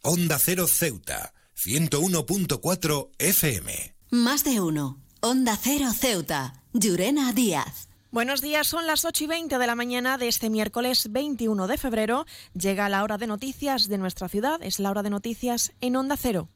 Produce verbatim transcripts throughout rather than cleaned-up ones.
Onda Cero Ceuta, ciento uno punto cuatro F M. Más de uno. Onda Cero Ceuta. Llurena Díaz. Buenos días, son las ocho y veinte de la mañana de este miércoles veintiuno de febrero. Llega la hora de noticias de nuestra ciudad, es la hora de noticias en Onda Cero.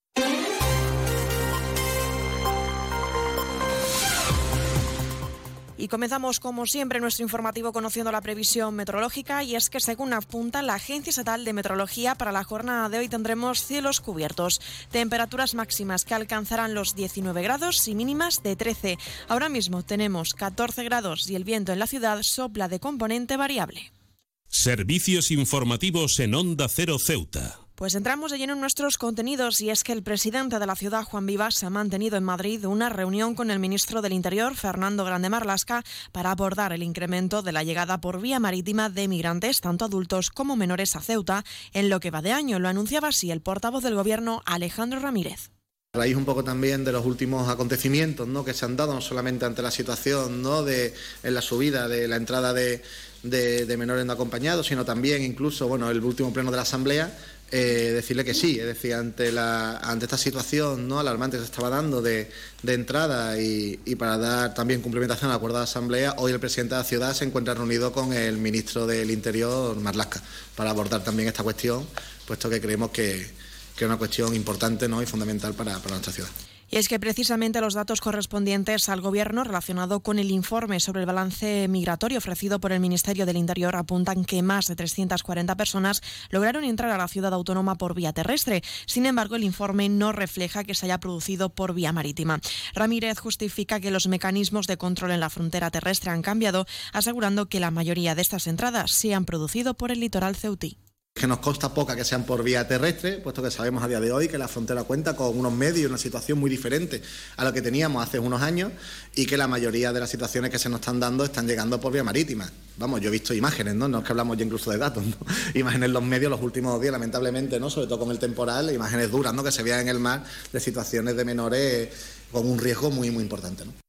Y comenzamos, como siempre, nuestro informativo conociendo la previsión meteorológica, y es que, según apunta la Agencia Estatal de Meteorología, para la jornada de hoy tendremos cielos cubiertos, temperaturas máximas que alcanzarán los diecinueve grados y mínimas de trece. Ahora mismo tenemos catorce grados y el viento en la ciudad sopla de componente variable. Servicios informativos en Onda Cero Ceuta. Pues entramos de lleno en nuestros contenidos, y es que el presidente de la ciudad, Juan Vivas, ha mantenido en Madrid una reunión con el ministro del Interior, Fernando Grande Marlaska, para abordar el incremento de la llegada por vía marítima de migrantes, tanto adultos como menores, a Ceuta, en lo que va de año. Lo anunciaba así el portavoz del Gobierno, Alejandro Ramírez. A raíz un poco también de los últimos acontecimientos, ¿no?, que se han dado, no solamente ante la situación, ¿no?, de en la subida de la entrada de, de, de menores no acompañados, sino también incluso, bueno, el último pleno de la Asamblea, eh, decirle que sí, es decir, ante la ante esta situación, ¿no?, alarmante que se estaba dando de, de entrada y, y para dar también cumplimentación al acuerdo de la Asamblea, hoy el presidente de la ciudad se encuentra reunido con el ministro del Interior, Marlaska, para abordar también esta cuestión, puesto que creemos que que es una cuestión importante, ¿no?, y fundamental para, para nuestra ciudad. Y es que precisamente los datos correspondientes al Gobierno relacionado con el informe sobre el balance migratorio ofrecido por el Ministerio del Interior apuntan que más de trescientas cuarenta personas lograron entrar a la ciudad autónoma por vía terrestre. Sin embargo, el informe no refleja que se haya producido por vía marítima. Ramírez justifica que los mecanismos de control en la frontera terrestre han cambiado, asegurando que la mayoría de estas entradas se han producido por el litoral ceutí. Que nos consta poca que sean por vía terrestre, puesto que sabemos a día de hoy que la frontera cuenta con unos medios y una situación muy diferente a lo que teníamos hace unos años, y que la mayoría de las situaciones que se nos están dando están llegando por vía marítima. Vamos, yo he visto imágenes, ¿no? No es que hablamos ya incluso de datos, ¿no? Imágenes en los medios los últimos días, lamentablemente, ¿no?, sobre todo con el temporal, imágenes duras, ¿no?, que se vean en el mar de situaciones de menores con un riesgo muy, muy importante, ¿no?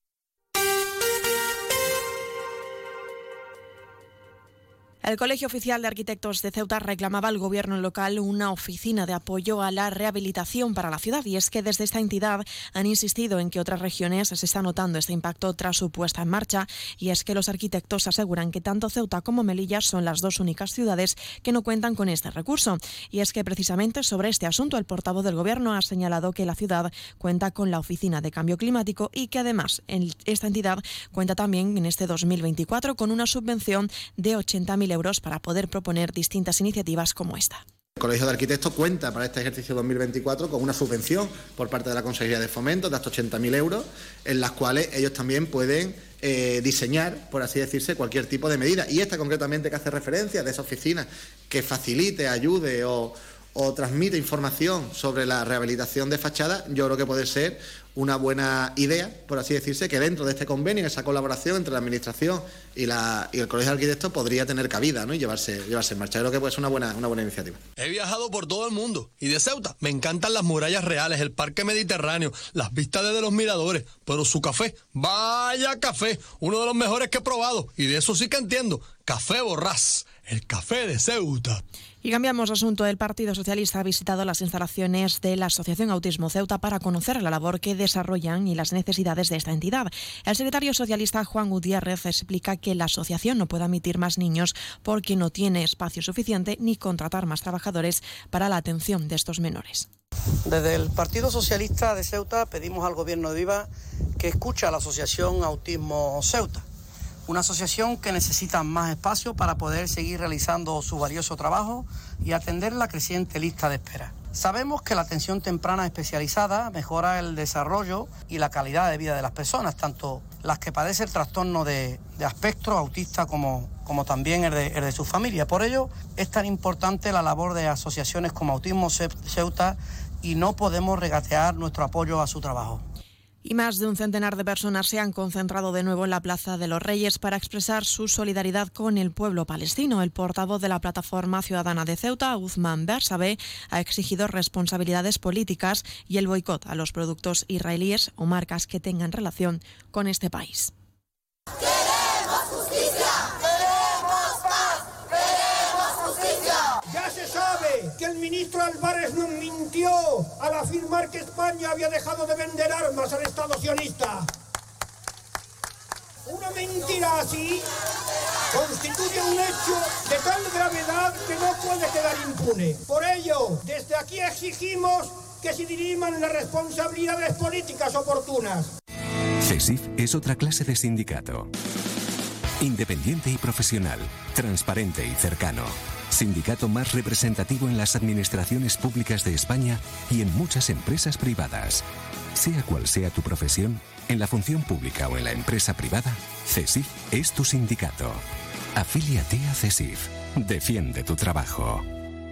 El Colegio Oficial de Arquitectos de Ceuta reclamaba al Gobierno local una oficina de apoyo a la rehabilitación para la ciudad, y es que desde esta entidad han insistido en que otras regiones se está notando este impacto tras su puesta en marcha, y es que los arquitectos aseguran que tanto Ceuta como Melilla son las dos únicas ciudades que no cuentan con este recurso. Y es que precisamente sobre este asunto el portavoz del Gobierno ha señalado que la ciudad cuenta con la Oficina de Cambio Climático, y que además en esta entidad cuenta también en este dos mil veinticuatro con una subvención de ochenta mil euros para poder proponer distintas iniciativas como esta. El Colegio de Arquitectos cuenta para este ejercicio dos mil veinticuatro con una subvención por parte de la Consejería de Fomento de hasta ochenta mil euros, en las cuales ellos también pueden eh, diseñar, por así decirse, cualquier tipo de medida. Y esta concretamente que hace referencia de esa oficina que facilite, ayude o, o transmite información sobre la rehabilitación de fachadas, yo creo que puede ser una buena idea, por así decirse, que dentro de este convenio, esa colaboración entre la Administración y, la, y el Colegio de Arquitectos podría tener cabida, ¿no?, y llevarse, llevarse en marcha. Yo creo que puede ser una buena, una buena iniciativa. He viajado por todo el mundo y de Ceuta me encantan las murallas reales, el parque mediterráneo, las vistas desde los miradores, pero su café, vaya café, uno de los mejores que he probado, y de eso sí que entiendo. Café Borrás, el café de Ceuta. Y cambiamos de asunto. El Partido Socialista ha visitado las instalaciones de la Asociación Autismo Ceuta para conocer la labor que desarrollan y las necesidades de esta entidad. El secretario socialista Juan Gutiérrez explica que la asociación no puede admitir más niños porque no tiene espacio suficiente ni contratar más trabajadores para la atención de estos menores. Desde el Partido Socialista de Ceuta pedimos al Gobierno de Viva que escuche a la Asociación Autismo Ceuta, una asociación que necesita más espacio para poder seguir realizando su valioso trabajo y atender la creciente lista de espera. Sabemos que la atención temprana especializada mejora el desarrollo y la calidad de vida de las personas, tanto las que padecen trastorno de, de espectro autista como, como también el de, el de su familia. Por ello es tan importante la labor de asociaciones como Autismo Ceuta, y no podemos regatear nuestro apoyo a su trabajo. Y más de un centenar de personas se han concentrado de nuevo en la Plaza de los Reyes para expresar su solidaridad con el pueblo palestino. El portavoz de la Plataforma Ciudadana de Ceuta, Uthman Bersabe, ha exigido responsabilidades políticas y el boicot a los productos israelíes o marcas que tengan relación con este país. ¡Queremos justicia! ¡Queremos paz! ¡Queremos justicia! Ya se sabe sabe que el ministro Álvarez nos mintió al afirmar que España había dejado de vender armas al Estado sionista. Una mentira así constituye un hecho de tal gravedad que no puede quedar impune. Por ello, desde aquí exigimos que se diriman las responsabilidades políticas oportunas. CESIF es otra clase de sindicato. Independiente y profesional, transparente y cercano. Sindicato más representativo en las administraciones públicas de España y en muchas empresas privadas. Sea cual sea tu profesión, en la función pública o en la empresa privada, CESIF es tu sindicato. Afíliate a CESIF. Defiende tu trabajo.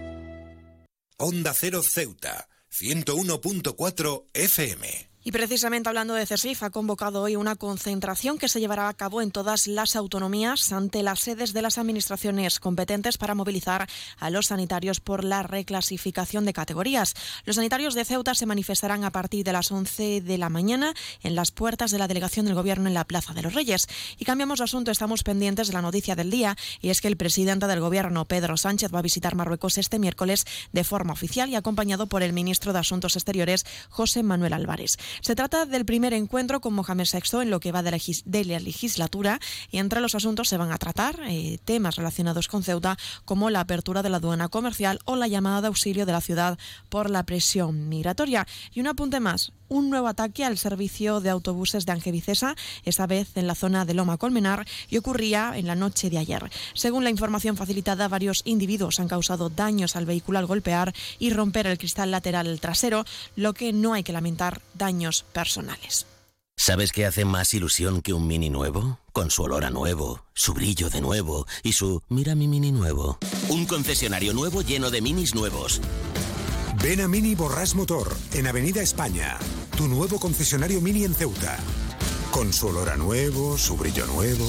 Onda Cero Ceuta, ciento uno punto cuatro F M. Y precisamente hablando de CESIF, ha convocado hoy una concentración que se llevará a cabo en todas las autonomías ante las sedes de las administraciones competentes para movilizar a los sanitarios por la reclasificación de categorías. Los sanitarios de Ceuta se manifestarán a partir de las once de la mañana en las puertas de la delegación del Gobierno en la Plaza de los Reyes. Y cambiamos de asunto, estamos pendientes de la noticia del día, y es que el presidente del Gobierno, Pedro Sánchez, va a visitar Marruecos este miércoles de forma oficial y acompañado por el ministro de Asuntos Exteriores, José Manuel Álvarez. Se trata del primer encuentro con Mohamed sexto en lo que va de, legis- de la legislatura, y entre los asuntos se van a tratar eh, temas relacionados con Ceuta, como la apertura de la aduana comercial o la llamada de auxilio de la ciudad por la presión migratoria. Y un apunte más, un nuevo ataque al servicio de autobuses de Angevicesa, esta vez en la zona de Loma Colmenar, y ocurría en la noche de ayer. Según la información facilitada, varios individuos han causado daños al vehículo al golpear y romper el cristal lateral trasero, lo que no hay que lamentar daños personales. ¿Sabes qué hace más ilusión que un Mini nuevo? Con su olor a nuevo, su brillo de nuevo y su mira mi Mini nuevo. Un concesionario nuevo lleno de Minis nuevos. Ven a Mini Borràs Motor, en Avenida España, tu nuevo concesionario Mini en Ceuta. Con su olor a nuevo, su brillo nuevo.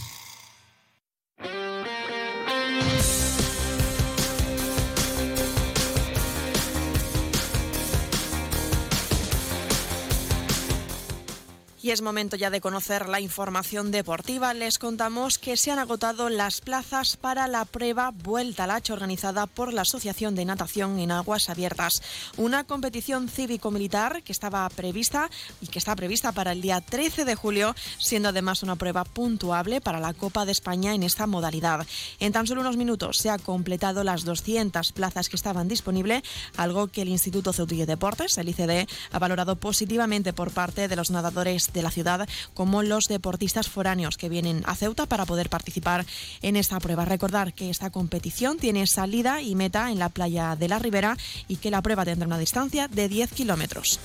Y es momento ya de conocer la información deportiva. Les contamos que se han agotado las plazas para la prueba Vuelta al Hache organizada por la Asociación de Natación en Aguas Abiertas. Una competición cívico-militar que estaba prevista y que está prevista para el día trece de julio, siendo además una prueba puntuable para la Copa de España en esta modalidad. En tan solo unos minutos se han completado las doscientas plazas que estaban disponibles, algo que el Instituto Ceutí de Deportes, el I C D, ha valorado positivamente por parte de los nadadores de la ciudad, como los deportistas foráneos que vienen a Ceuta para poder participar en esta prueba. Recordar que esta competición tiene salida y meta en la playa de la Ribera y que la prueba tendrá una distancia de diez kilómetros.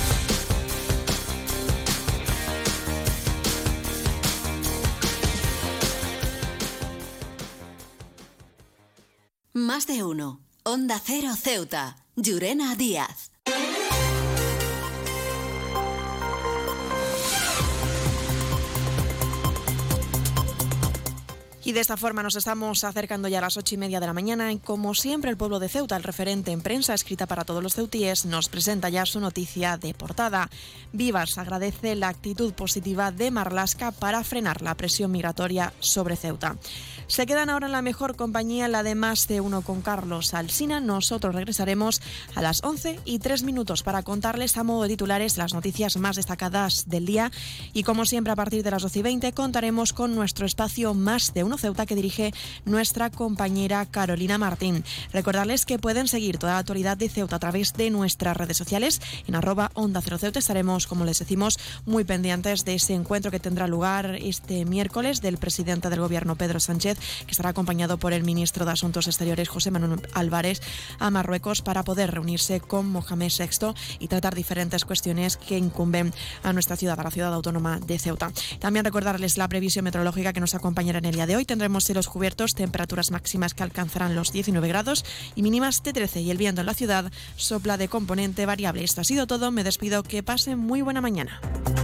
Más de uno. Onda Cero Ceuta. Llurena Díaz. Y de esta forma nos estamos acercando ya a las ocho y media de la mañana. Y como siempre, el pueblo de Ceuta, el referente en prensa escrita para todos los ceutíes, nos presenta ya su noticia de portada. Vivas agradece la actitud positiva de Marlaska para frenar la presión migratoria sobre Ceuta. Se quedan ahora en la mejor compañía, la de Más de Uno con Carlos Alsina. Nosotros regresaremos a las once y tres minutos para contarles a modo de titulares las noticias más destacadas del día. Y como siempre, a partir de las doce y veinte contaremos con nuestro espacio Más de Uno Ceuta que dirige nuestra compañera Carolina Martín. Recordarles que pueden seguir toda la actualidad de Ceuta a través de nuestras redes sociales. En arroba Onda Cero Ceuta estaremos, como les decimos, muy pendientes de ese encuentro que tendrá lugar este miércoles del presidente del Gobierno, Pedro Sánchez, que estará acompañado por el ministro de Asuntos Exteriores, José Manuel Álvarez, a Marruecos para poder reunirse con Mohamed sexto y tratar diferentes cuestiones que incumben a nuestra ciudad, a la ciudad autónoma de Ceuta. También recordarles la previsión meteorológica que nos acompañará en el día de hoy. Tendremos cielos cubiertos, temperaturas máximas que alcanzarán los diecinueve grados y mínimas de trece, y el viento en la ciudad sopla de componente variable. Esto ha sido todo, me despido, que pasen muy buena mañana.